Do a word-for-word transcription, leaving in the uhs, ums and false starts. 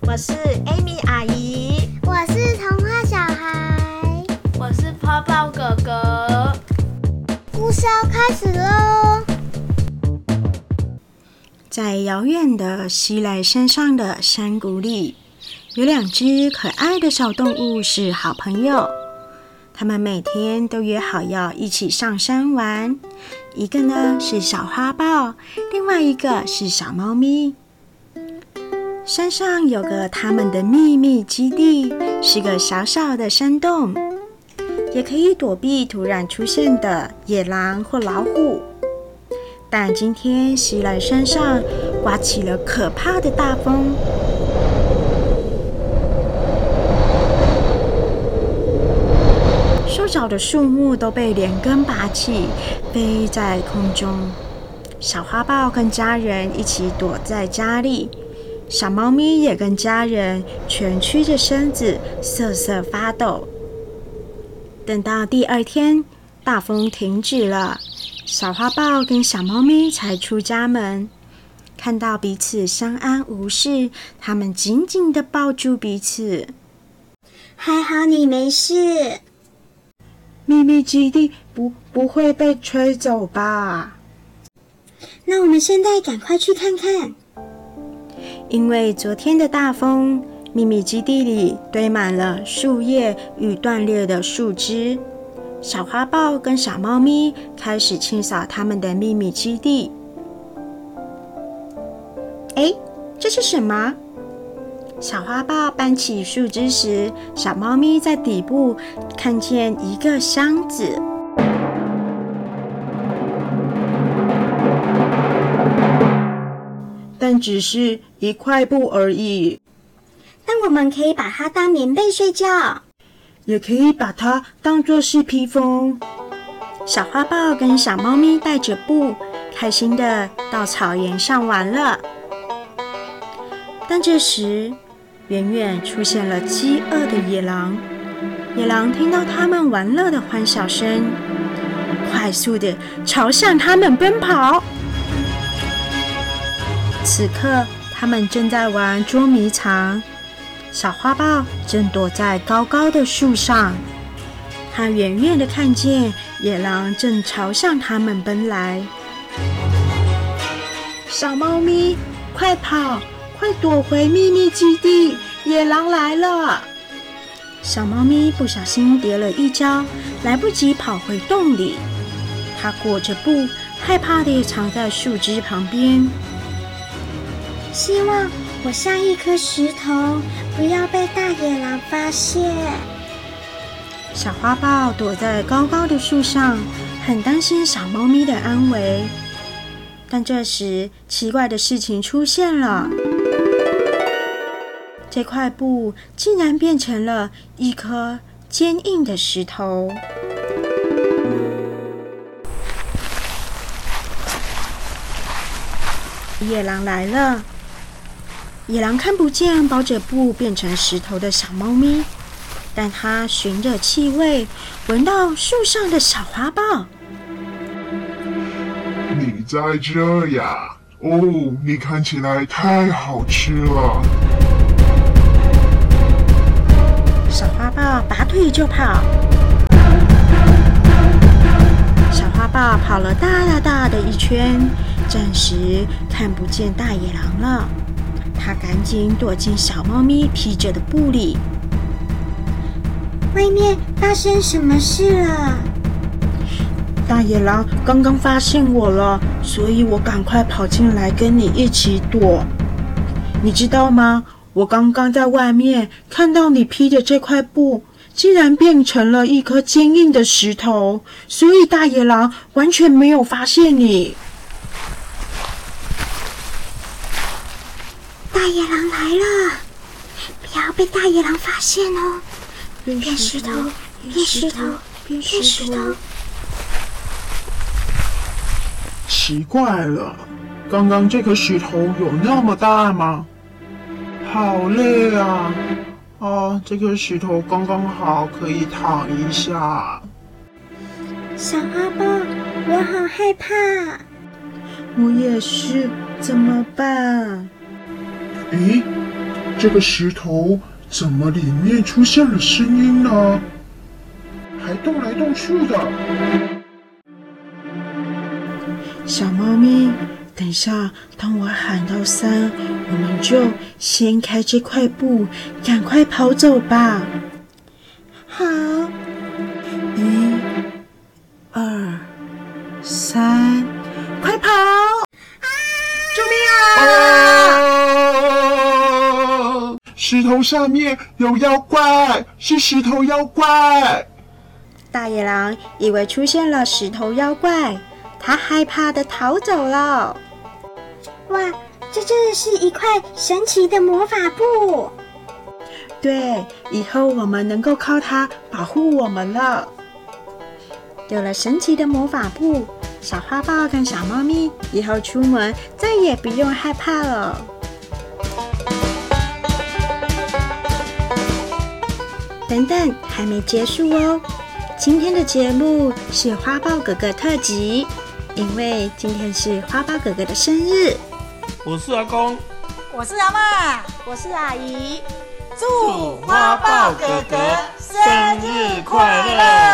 我是 Amy 阿姨， 我是童话小孩， 我是泡泡哥哥。 故事要开始喽！ 在遥远的西来山上的山谷里，有两只可爱的小动物是好朋友。他们每天都约好要一起上山玩，一个呢是小花豹，另外一个是小猫咪。山上有个他们的秘密基地，是个小小的山洞，也可以躲避突然出现的野狼或老虎。但今天西来山上刮起了可怕的大风，树角的树木都被连根拔起，飞在空中。小花豹跟家人一起躲在家里，小猫咪也跟家人蜷曲着身子，瑟瑟发抖。等到第二天，大风停止了，小花豹跟小猫咪才出家门。看到彼此相安无事，他们紧紧地抱住彼此。 还好你没事。 秘密基地不不会被吹走吧？ 那我们现在赶快去看看。 因为昨天的大风，秘密基地里堆满了树叶与断裂的树枝。小花豹跟小猫咪开始清扫他们的秘密基地。哎，这是什么？小花豹搬起树枝时，小猫咪在底部看见一个箱子。 但只是一块布而已。 但我们可以把它当棉被睡觉， 也可以把它当作是披风。 小花豹跟小猫咪带着布，开心的到草原上玩了。但这时，远远出现了饥饿的野狼。野狼听到他们玩乐的欢笑声，快速的朝向他们奔跑。此刻，他们正在玩捉迷藏。小花豹正躲在高高的树上，它远远的看见野狼正朝向他们奔来。 小猫咪，快跑！快躲回秘密基地！野狼来了！ 小猫咪不小心跌了一跤，来不及跑回洞里。它裹着布，害怕地藏在树枝旁边。 希望我像一颗石头，不要被大野狼发现。 小花豹躲在高高的树上，很担心小猫咪的安危。但这时，奇怪的事情出现了。这块布竟然变成了一颗坚硬的石头。野狼来了。野狼看不见包着布变成石头的小猫咪，但它循着气味闻到树上的小花豹。 你在这呀？哦，你看起来太好吃了。 小花豹拔腿就跑。小花豹跑了大大大的一圈，暂时看不见大野狼了。他赶紧躲进小猫咪披着的布里。 外面发生什么事了？ 大野狼刚刚发现我了，所以我赶快跑进来跟你一起躲。你知道吗？我刚刚在外面看到你披着这块布，竟然变成了一颗坚硬的石头，所以大野狼完全没有发现你。 大野狼来了，不要被大野狼发现哦！变石头，变石头，变石头。 奇怪了，刚刚这颗石头有那么大吗？好累啊！啊，这颗石头刚刚好可以躺一下。 小花豹，我好害怕。 我也是，怎么办？ 咦， 这个石头怎么里面出现了声音呢？还动来动去的。 小猫咪，等一下，当我喊到三，我们就掀开这块布，赶快跑走吧。 好， 一、二、三，快跑！救命啊！ 啊！石头下面有妖怪，是石头妖怪。 大野狼以为出现了石头妖怪，他害怕的逃走了。 哇，这真的是一块神奇的魔法布。 对，以后我们能够靠它保护我们了。 有了神奇的魔法布，小花豹跟小猫咪以后出门再也不用害怕了。等等，还没结束哦！今天的节目是花豹哥哥特辑，因为今天是花豹哥哥的生日。 我是阿公， 我是阿嬷，我是阿姨，祝花豹哥哥生日快乐！